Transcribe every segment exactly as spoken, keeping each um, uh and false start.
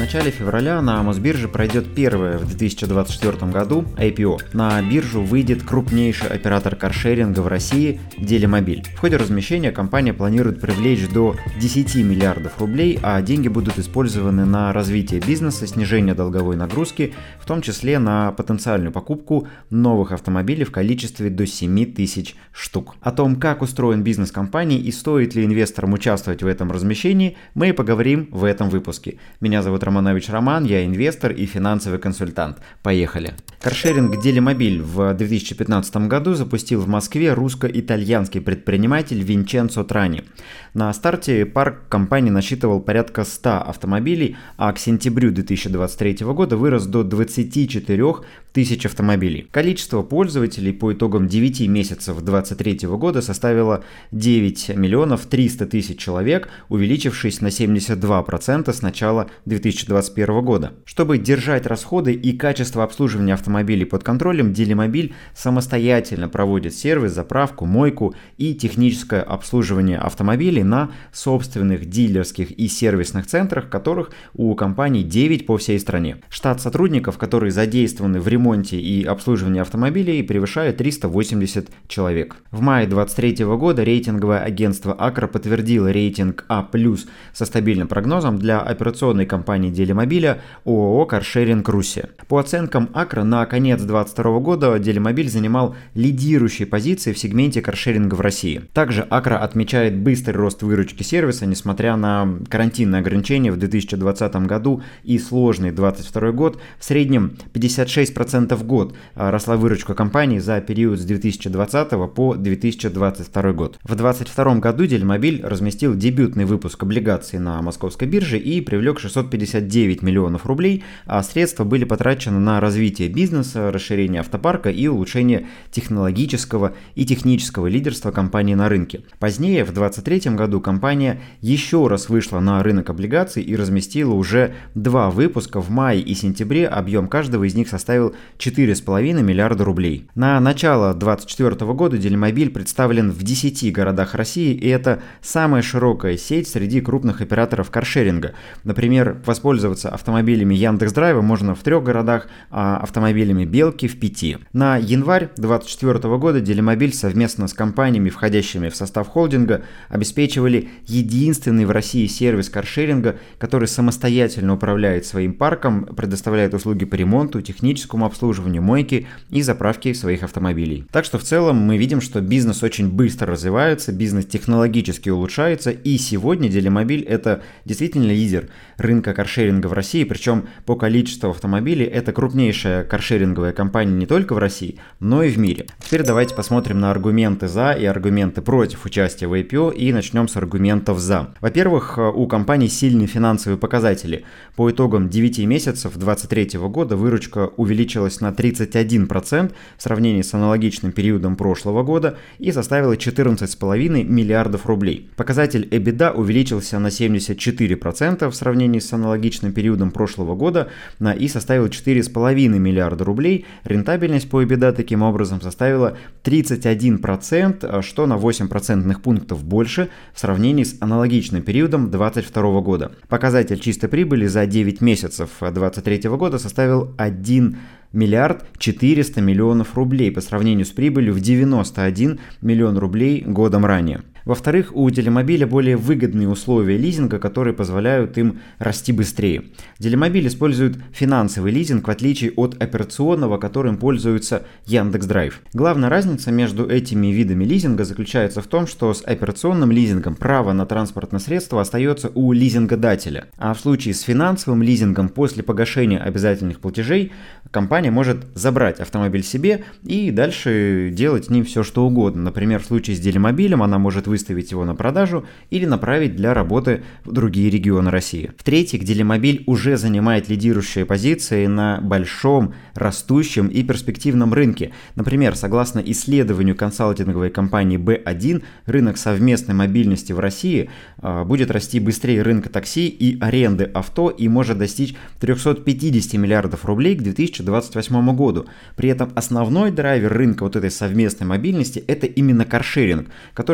начале февраля на Мосбирже пройдет первое в две тысячи двадцать четвёртом году ай пи о. На биржу выйдет крупнейший оператор каршеринга в России Делимобиль. В ходе размещения компания планирует привлечь до десяти миллиардов рублей, а деньги будут использованы на развитие бизнеса, снижение долговой нагрузки, в том числе на потенциальную покупку новых автомобилей в количестве до семи тысяч штук. О том, как устроен бизнес компании и стоит ли инвесторам участвовать в этом размещении, мы и поговорим в этом выпуске. Меня зовут Романович Роман, я инвестор и финансовый консультант. Поехали! Каршеринг Делимобиль в две тысячи пятнадцатом году запустил в Москве русско-итальянский предприниматель Винченцо Трани. На старте парк компании насчитывал порядка ста автомобилей, а к сентябрю две тысячи двадцать третьего года вырос до двадцати четырёх тысяч автомобилей. Количество пользователей по итогам девяти месяцев две тысячи двадцать третьего года составило девять миллионов триста тысяч человек, увеличившись на семьдесят два процента с начала две тысячи двадцать первого года. Чтобы держать расходы и качество обслуживания автомобилей под контролем, Делимобиль самостоятельно проводит сервис, заправку, мойку и техническое обслуживание автомобилей на собственных дилерских и сервисных центрах, которых у компании девять по всей стране. Штат сотрудников, которые задействованы в ремонте и обслуживании автомобилей, превышает триста восемьдесят человек. В мае две тысячи двадцать третьего года рейтинговое агентство Акра подтвердило рейтинг А плюс со стабильным прогнозом для операционной компании Делимобиля ООО «Каршеринг Руссия». По оценкам Акра, на конец две тысячи двадцать второго года Делимобиль занимал лидирующие позиции в сегменте каршеринга в России. Также Акра отмечает быстрый рост выручки сервиса, несмотря на карантинные ограничения в две тысячи двадцатом году и сложный две тысячи двадцать второй год. В среднем пятьдесят шесть процентов в год росла выручка компании за период с две тысячи двадцатого по две тысячи двадцать второй год. В две тысячи двадцать втором году Делимобиль разместил дебютный выпуск облигаций на московской бирже и привлек шестьсот пятьдесят девять миллионов рублей, а средства были потрачены на развитие бизнеса, расширение автопарка и улучшение технологического и технического лидерства компании на рынке. Позднее, в две тысячи двадцать третьем году, компания еще раз вышла на рынок облигаций и разместила уже два выпуска в мае и сентябре, объем каждого из них составил четыре с половиной миллиарда рублей. На начало две тысячи двадцать четвёртого года Делимобиль представлен в десяти городах России, и это самая широкая сеть среди крупных операторов каршеринга. Например, воспользоваться автомобилями Яндекс.Драйва можно в трех городах, а автомобилями Белки в пяти. На январь две тысячи двадцать четвёртого года Делимобиль совместно с компаниями, входящими в состав холдинга, обеспечивали единственный в России сервис каршеринга, который самостоятельно управляет своим парком, предоставляет услуги по ремонту, техническому обслуживанию, мойке и заправке своих автомобилей. Так что в целом мы видим, что бизнес очень быстро развивается, бизнес технологически улучшается, и сегодня Делимобиль — это действительно лидер рынка каршеринга в России, причем по количеству автомобилей это крупнейшая каршеринговая компания не только в России, но и в мире. Теперь давайте посмотрим на аргументы за и аргументы против участия в ай пи о и начнем с аргументов за. Во-первых, у компании сильные финансовые показатели. По итогам девяти месяцев две тысячи двадцать третьего года выручка увеличилась на тридцать один процент в сравнении с аналогичным периодом прошлого года и составила четырнадцать с половиной миллиардов рублей. Показатель EBITDA увеличился на семьдесят четыре процента в сравнении с аналогичным периодом прошлого года и составил четыре с половиной миллиарда рублей. Рентабельность по EBITDA таким образом составила тридцать один процент, что на восемь процентных пунктов больше в сравнении с аналогичным периодом две тысячи двадцать второго года. Показатель чистой прибыли за девять месяцев две тысячи двадцать третьего года составил один миллиард четыреста миллионов рублей по сравнению с прибылью в девяносто один миллион рублей годом ранее. Во-вторых, у Делимобиля более выгодные условия лизинга, которые позволяют им расти быстрее. Делимобиль использует финансовый лизинг в отличие от операционного, которым пользуется Яндекс.Драйв. Главная разница между этими видами лизинга заключается в том, что с операционным лизингом право на транспортное средство остается у лизингодателя, а в случае с финансовым лизингом после погашения обязательных платежей компания может забрать автомобиль себе и дальше делать с ним все что угодно. Например, в случае с Делимобилем она может выставить его на продажу или направить для работы в другие регионы России. В-третьих, Делимобиль уже занимает лидирующие позиции на большом, растущем и перспективном рынке. Например, согласно исследованию консалтинговой компании би один, рынок совместной мобильности в России э, будет расти быстрее рынка такси и аренды авто и может достичь триста пятьдесят миллиардов рублей к две тысячи двадцать восьмому году. При этом основной драйвер рынка вот этой совместной мобильности — это именно каршеринг, который в ближайшее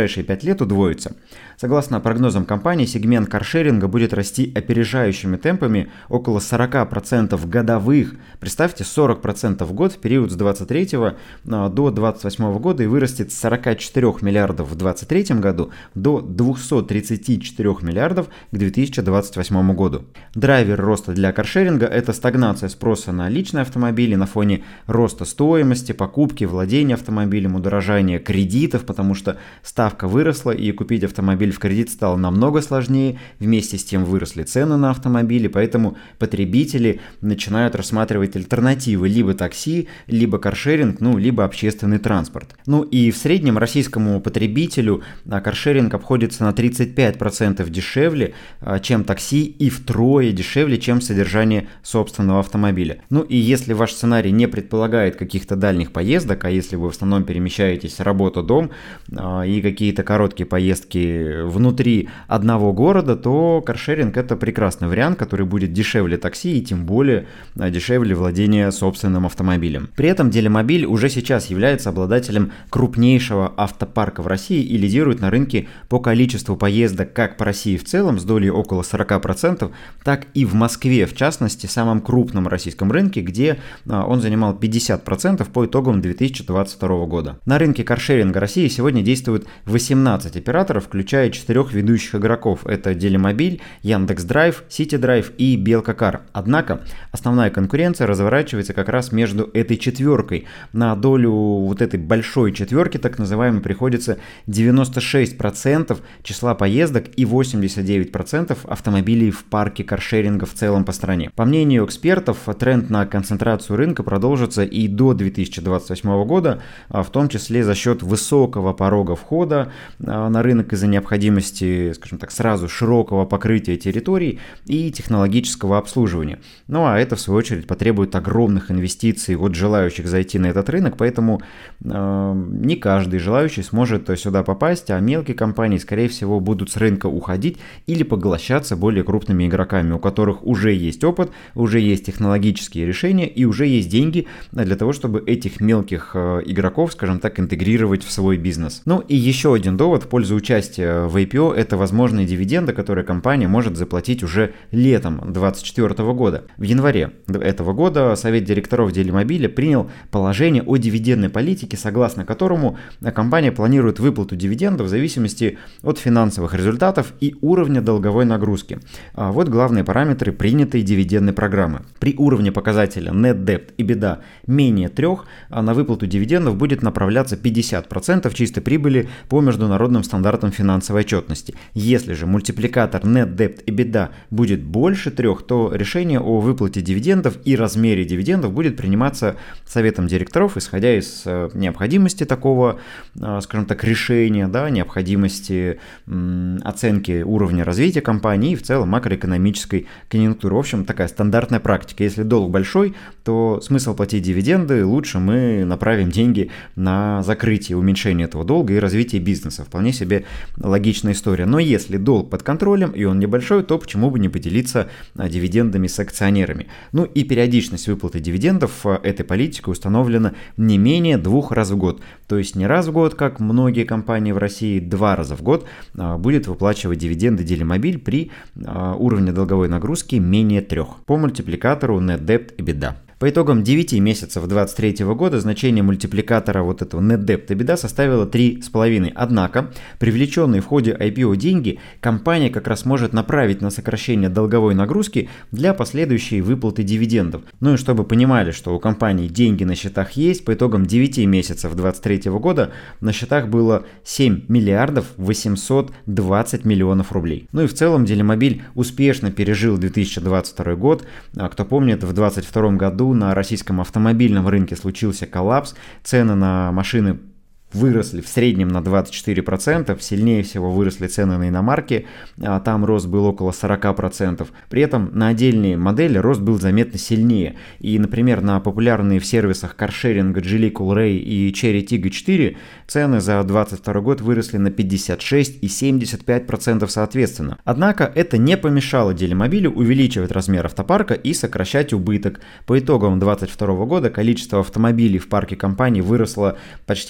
ближайшие пять лет удвоится. Согласно прогнозам компании, сегмент каршеринга будет расти опережающими темпами около сорок процентов годовых. Представьте, сорок процентов в год в период с двадцать третьего до двадцать восьмого года и вырастет с сорока четырёх миллиардов в двадцать третьем году до двухсот тридцати четырёх миллиардов к две тысячи двадцать восьмому году. Драйвер роста для каршеринга – это стагнация спроса на личные автомобили на фоне роста стоимости, покупки, владения автомобилем, удорожания кредитов, потому что ставка выросла и купить автомобиль в кредит стало намного сложнее, вместе с тем выросли цены на автомобили, поэтому потребители начинают рассматривать альтернативы: либо такси, либо каршеринг, ну, либо общественный транспорт. Ну и в среднем российскому потребителю каршеринг обходится на тридцать пять процентов дешевле, чем такси, и втрое дешевле, чем содержание собственного автомобиля. Ну и если ваш сценарий не предполагает каких-то дальних поездок, а если вы в основном перемещаетесь работа-дом и какие-то короткие поездки внутри одного города, то каршеринг — это прекрасный вариант, который будет дешевле такси и тем более дешевле владения собственным автомобилем. При этом Делимобиль уже сейчас является обладателем крупнейшего автопарка в России и лидирует на рынке по количеству поездок как по России в целом с долей около сорок процентов, так и в Москве, в частности, самом крупном российском рынке, где он занимал пятьдесят процентов по итогам две тысячи двадцать второго года. На рынке каршеринга России сегодня действует восемнадцать операторов, включая четырех ведущих игроков. Это Делимобиль, Яндекс.Драйв, Сити.Драйв и Белка.Кар. Однако основная конкуренция разворачивается как раз между этой четверкой. На долю вот этой большой четверки, так называемой, приходится девяносто шесть процентов числа поездок и восемьдесят девять процентов автомобилей в парке каршеринга в целом по стране. По мнению экспертов, тренд на концентрацию рынка продолжится и до две тысячи двадцать восьмого года, в том числе за счет высокого порога входа на рынок из-за необходимости, скажем так, сразу широкого покрытия территорий и технологического обслуживания. Ну а это, в свою очередь, потребует огромных инвестиций от желающих зайти на этот рынок, поэтому э, не каждый желающий сможет сюда попасть, а мелкие компании, скорее всего, будут с рынка уходить или поглощаться более крупными игроками, у которых уже есть опыт, уже есть технологические решения и уже есть деньги для того, чтобы этих мелких э, игроков, скажем так, интегрировать в свой бизнес. Ну и еще один довод в пользу участия в ай пи о – это возможные дивиденды, которые компания может заплатить уже летом две тысячи двадцать четвёртого года. В январе этого года Совет директоров Делимобиля принял положение о дивидендной политике, согласно которому компания планирует выплату дивидендов в зависимости от финансовых результатов и уровня долговой нагрузки. А вот главные параметры принятой дивидендной программы. При уровне показателя Net Debt EBITDA менее трех на выплату дивидендов будет направляться пятьдесят процентов чистой прибыли по международным стандартам финансовой отчетности. Если же мультипликатор Net Debt EBITDA будет больше трех, то решение о выплате дивидендов и размере дивидендов будет приниматься Советом директоров, исходя из необходимости такого, скажем так, решения, да, необходимости м, оценки уровня развития компании и в целом макроэкономической конъюнктуры. В общем, такая стандартная практика. Если долг большой, то смысл платить дивиденды, лучше мы направим деньги на закрытие, уменьшение этого долга и развитие бизнеса. Вполне себе логичная история. Но если долг под контролем и он небольшой, то почему бы не поделиться дивидендами с акционерами? Ну и периодичность выплаты дивидендов этой политикой установлена не менее двух раз в год. То есть не раз в год, как многие компании в России, два раза в год будет выплачивать дивиденды Делимобиль при уровне долговой нагрузки менее трех по мультипликатору Net Debt EBITDA. По итогам девяти месяцев две тысячи двадцать третьего года значение мультипликатора вот этого Net Debt EBITDA составило три с половиной. Однако, привлеченные в ходе ай пи о деньги компания как раз может направить на сокращение долговой нагрузки для последующей выплаты дивидендов. Ну и чтобы понимали, что у компании деньги на счетах есть, по итогам девяти месяцев две тысячи двадцать третьего года на счетах было семь миллиардов восемьсот двадцать миллионов рублей. Ну и в целом Делимобиль успешно пережил две тысячи двадцать второй год. Кто помнит, в две тысячи двадцать втором году на российском автомобильном рынке случился коллапс, цены на машины выросли в среднем на двадцать четыре процента, сильнее всего выросли цены на иномарки, а там рост был около сорок процентов. При этом на отдельные модели рост был заметно сильнее. И, например, на популярные в сервисах каршеринга Geely Coolray и Chery Tiggo четыре цены за две тысячи двадцать второй год выросли на пятьдесят шесть и семьдесят пять процентов соответственно. Однако это не помешало Делимобилю увеличивать размер автопарка и сокращать убыток. По итогам две тысячи двадцать второго года количество автомобилей в парке компании выросло почти на пятьсот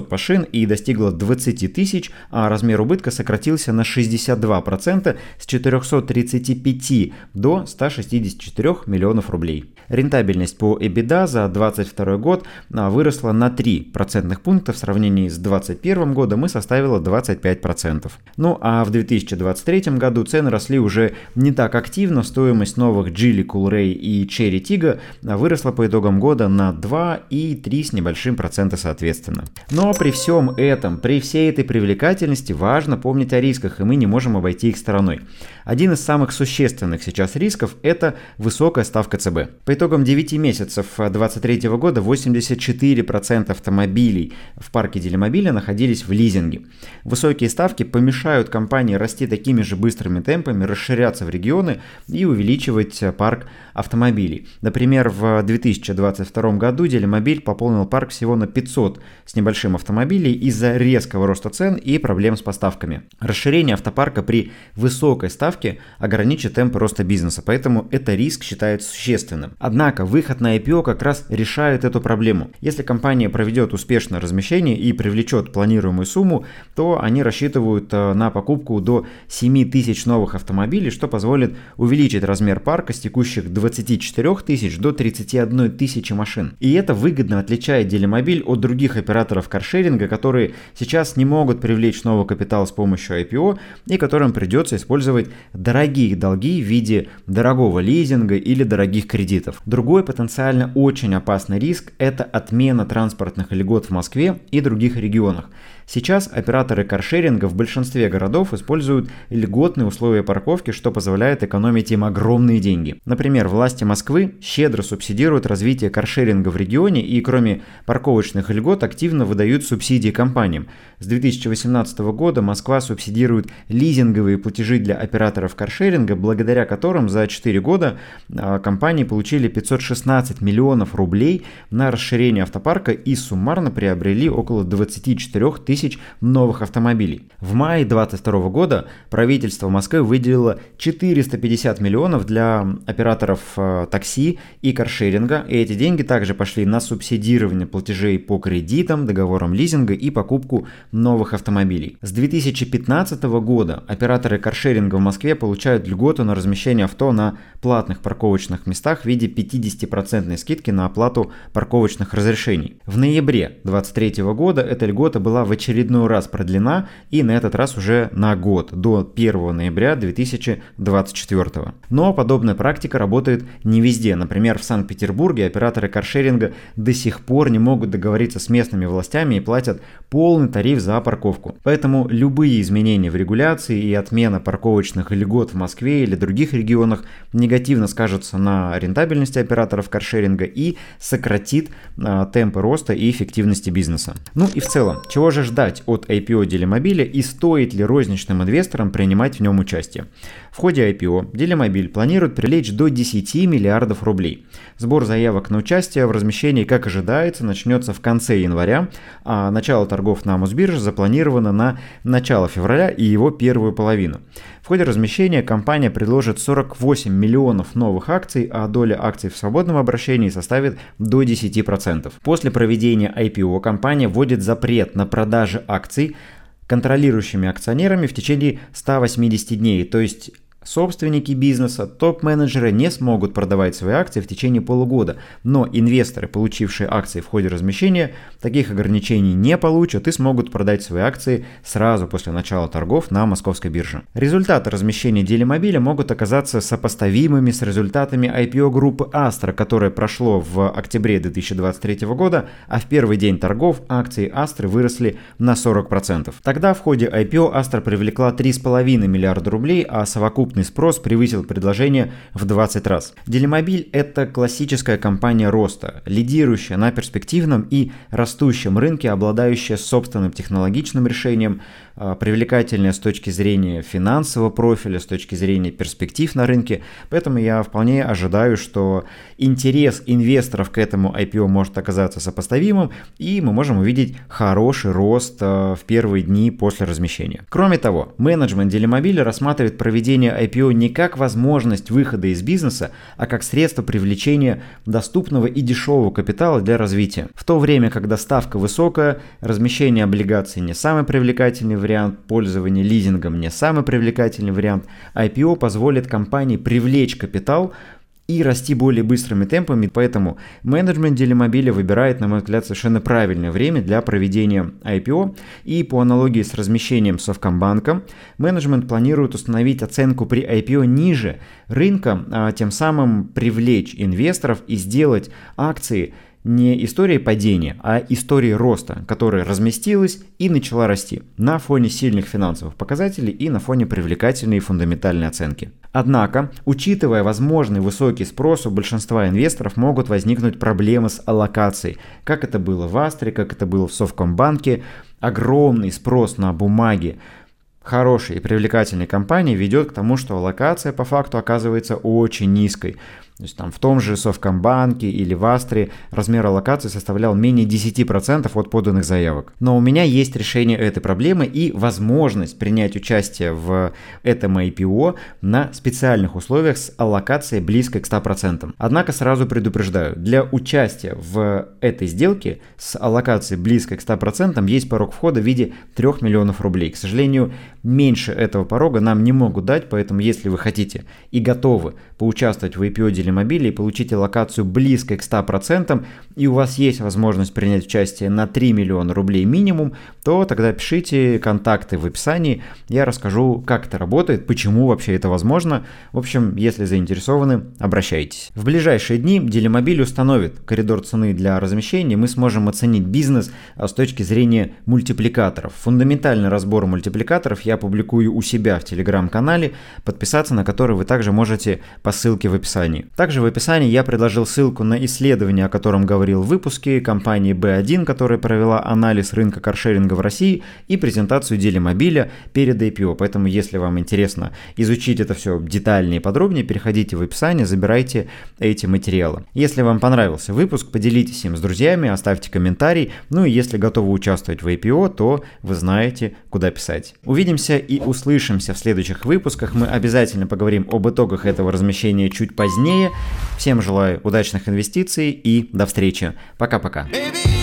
пятьсот машин и достигла двадцать тысяч, а размер убытка сократился на шестьдесят два процента с четырехсот тридцати пяти до ста шестидесяти четырёх миллионов рублей. Рентабельность по EBITDA за две тысячи двадцать второй год выросла на три процентных пункта в сравнении с две тысячи двадцать первым годом и составила двадцать пять процентов. Ну а в две тысячи двадцать третьем году цены росли уже не так активно, стоимость новых Geely Coolray и Chery Tiggo выросла по итогам года на два и три с небольшим процента соответственно. Но при всем этом, при всей этой привлекательности важно помнить о рисках, и мы не можем обойти их стороной. Один из самых существенных сейчас рисков – это высокая ставка ЦБ. По итогам девяти месяцев две тысячи двадцать третьего года восемьдесят четыре процента автомобилей в парке Делимобиля находились в лизинге. Высокие ставки помешают компании расти такими же быстрыми темпами, расширяться в регионы и увеличивать парк автомобилей. Например, в две тысячи двадцать втором году Делимобиль пополнил парк всего на пятьсот с небольшим автомобилей из-за резкого роста цен и проблем с поставками. Расширение автопарка при высокой ставке ограничит темп роста бизнеса, поэтому это риск считается существенным. Однако выход на ай пи о как раз решает эту проблему. Если компания проведет успешное размещение и привлечет планируемую сумму, то они рассчитывают на покупку до семи тысяч новых автомобилей, что позволит увеличить размер парка с текущих двадцати четырёх тысяч до тридцати одной тысячи машин. И это выгодно отличает Делимобиль от других операторов каршеринга, которые сейчас не могут привлечь новый капитал с помощью ай пи о и которым придется использовать дорогие долги в виде дорогого лизинга или дорогих кредитов. Другой потенциально очень опасный риск – это отмена транспортных льгот в Москве и других регионах. Сейчас операторы каршеринга в большинстве городов используют льготные условия парковки, что позволяет экономить им огромные деньги. Например, власти Москвы щедро субсидируют развитие каршеринга в регионе и кроме парковочных льгот активно выдают субсидии компаниям. С две тысячи восемнадцатого года Москва субсидирует лизинговые платежи для операторов каршеринга, благодаря которым за четыре года компании получили пятьсот шестнадцать миллионов рублей на расширение автопарка и суммарно приобрели около двадцати четырёх тысяч новых автомобилей. В мае две тысячи двадцать второго года правительство Москвы выделило четыреста пятьдесят миллионов для операторов э, такси и каршеринга, и эти деньги также пошли на субсидирование платежей по кредитам, договорам лизинга и покупку новых автомобилей. С две тысячи пятнадцатого года операторы каршеринга в Москве получают льготу на размещение авто на платных парковочных местах в виде пятидесятипроцентной скидки на оплату парковочных разрешений. В ноябре две тысячи двадцать третьего года эта льгота была в очередной раз продлена и на этот раз уже на год, до первого ноября две тысячи двадцать четвёртого. Но подобная практика работает не везде. Например, в Санкт-Петербурге операторы каршеринга до сих пор не могут договориться с местными властями и платят полный тариф за парковку. Поэтому любые изменения в регуляции и отмена парковочных льгот в Москве или других регионах негативно скажутся на рентабельности операторов каршеринга и сократит а, темпы роста и эффективности бизнеса. Ну и в целом, чего же ждать от ай пи о Делимобиля и стоит ли розничным инвесторам принимать в нем участие? В ходе ай пи о Делимобиль планирует привлечь до десяти миллиардов рублей. Сбор заявок на участие в размещении, как ожидается, начнется в конце января, а начало торгов на Мосбирже запланировано на начало февраля и его первую половину. В ходе размещения компания предложит сорок восемь миллионов новых акций, а доля акций в свободном обращении составит до десяти процентов. После проведения ай пи о компания вводит запрет на продажи акций контролирующими акционерами в течение ста восьмидесяти дней, то есть собственники бизнеса, топ-менеджеры не смогут продавать свои акции в течение полугода, но инвесторы, получившие акции в ходе размещения, таких ограничений не получат и смогут продать свои акции сразу после начала торгов на московской бирже. Результаты размещения Делимобиля могут оказаться сопоставимыми с результатами ай пи о группы Astra, которое прошло в октябре две тысячи двадцать третьего года, а в первый день торгов акции Astra выросли на сорок процентов. Тогда в ходе ай пи о Astra привлекла три целых пять десятых миллиарда рублей, а совокупный спрос превысил предложение в двадцать раз. Делимобиль – это классическая компания роста, лидирующая на перспективном и растущем рынке, обладающая собственным технологичным решением, привлекательная с точки зрения финансового профиля, с точки зрения перспектив на рынке. Поэтому я вполне ожидаю, что интерес инвесторов к этому ай пи о может оказаться сопоставимым, и мы можем увидеть хороший рост в первые дни после размещения. Кроме того, менеджмент Делимобиля рассматривает проведение ай пи о не как возможность выхода из бизнеса, а как средство привлечения доступного и дешевого капитала для развития. В то время, когда ставка высокая, размещение облигаций не самый привлекательный вариант, пользование лизингом не самый привлекательный вариант, ай пи о позволит компании привлечь капитал и расти более быстрыми темпами, поэтому менеджмент Делимобиля выбирает, на мой взгляд, совершенно правильное время для проведения ай пи о, и по аналогии с размещением Совкомбанком, менеджмент планирует установить оценку при ай пи о ниже рынка, а тем самым привлечь инвесторов и сделать акции не историей падения, а историей роста, которая разместилась и начала расти на фоне сильных финансовых показателей и на фоне привлекательной и фундаментальной оценки. Однако, учитывая возможный высокий спрос, у большинства инвесторов могут возникнуть проблемы с аллокацией, как это было в Астре, как это было в Совкомбанке. Огромный спрос на бумаги хорошей и привлекательной компании ведет к тому, что аллокация по факту оказывается очень низкой. То есть там в том же Совкомбанке или в Астре размер аллокации составлял менее десять процентов от поданных заявок. Но у меня есть решение этой проблемы и возможность принять участие в этом ай пи о на специальных условиях с аллокацией близкой к ста процентам. Однако сразу предупреждаю, для участия в этой сделке с аллокацией близкой к ста процентам есть порог входа в виде трёх миллионов рублей. К сожалению, меньше этого порога нам не могут дать, поэтому если вы хотите и готовы поучаствовать в ай пи о Делимобиля и получить аллокацию близкой к ста процентам, и у вас есть возможность принять участие на три миллиона рублей минимум, то тогда пишите, контакты в описании, я расскажу, как это работает, почему вообще это возможно. В общем, если заинтересованы, обращайтесь. В ближайшие дни Делимобиль установит коридор цены для размещения, мы сможем оценить бизнес с точки зрения мультипликаторов. Фундаментальный разбор мультипликаторов я публикую у себя в телеграм-канале, подписаться на который вы также можете по ссылке в описании. Также в описании я предложил ссылку на исследование, о котором говорил в выпуске, компании би один, которая провела анализ рынка каршеринга в России, и презентацию Делимобиля перед ай пи о. Поэтому, если вам интересно изучить это все детальнее и подробнее, переходите в описание, забирайте эти материалы. Если вам понравился выпуск, поделитесь им с друзьями, оставьте комментарий. Ну и если готовы участвовать в ай пи о, то вы знаете, куда писать. Увидимся и услышимся в следующих выпусках. Мы обязательно поговорим об итогах этого размещения чуть позднее. Всем желаю удачных инвестиций и до встречи. Пока-пока.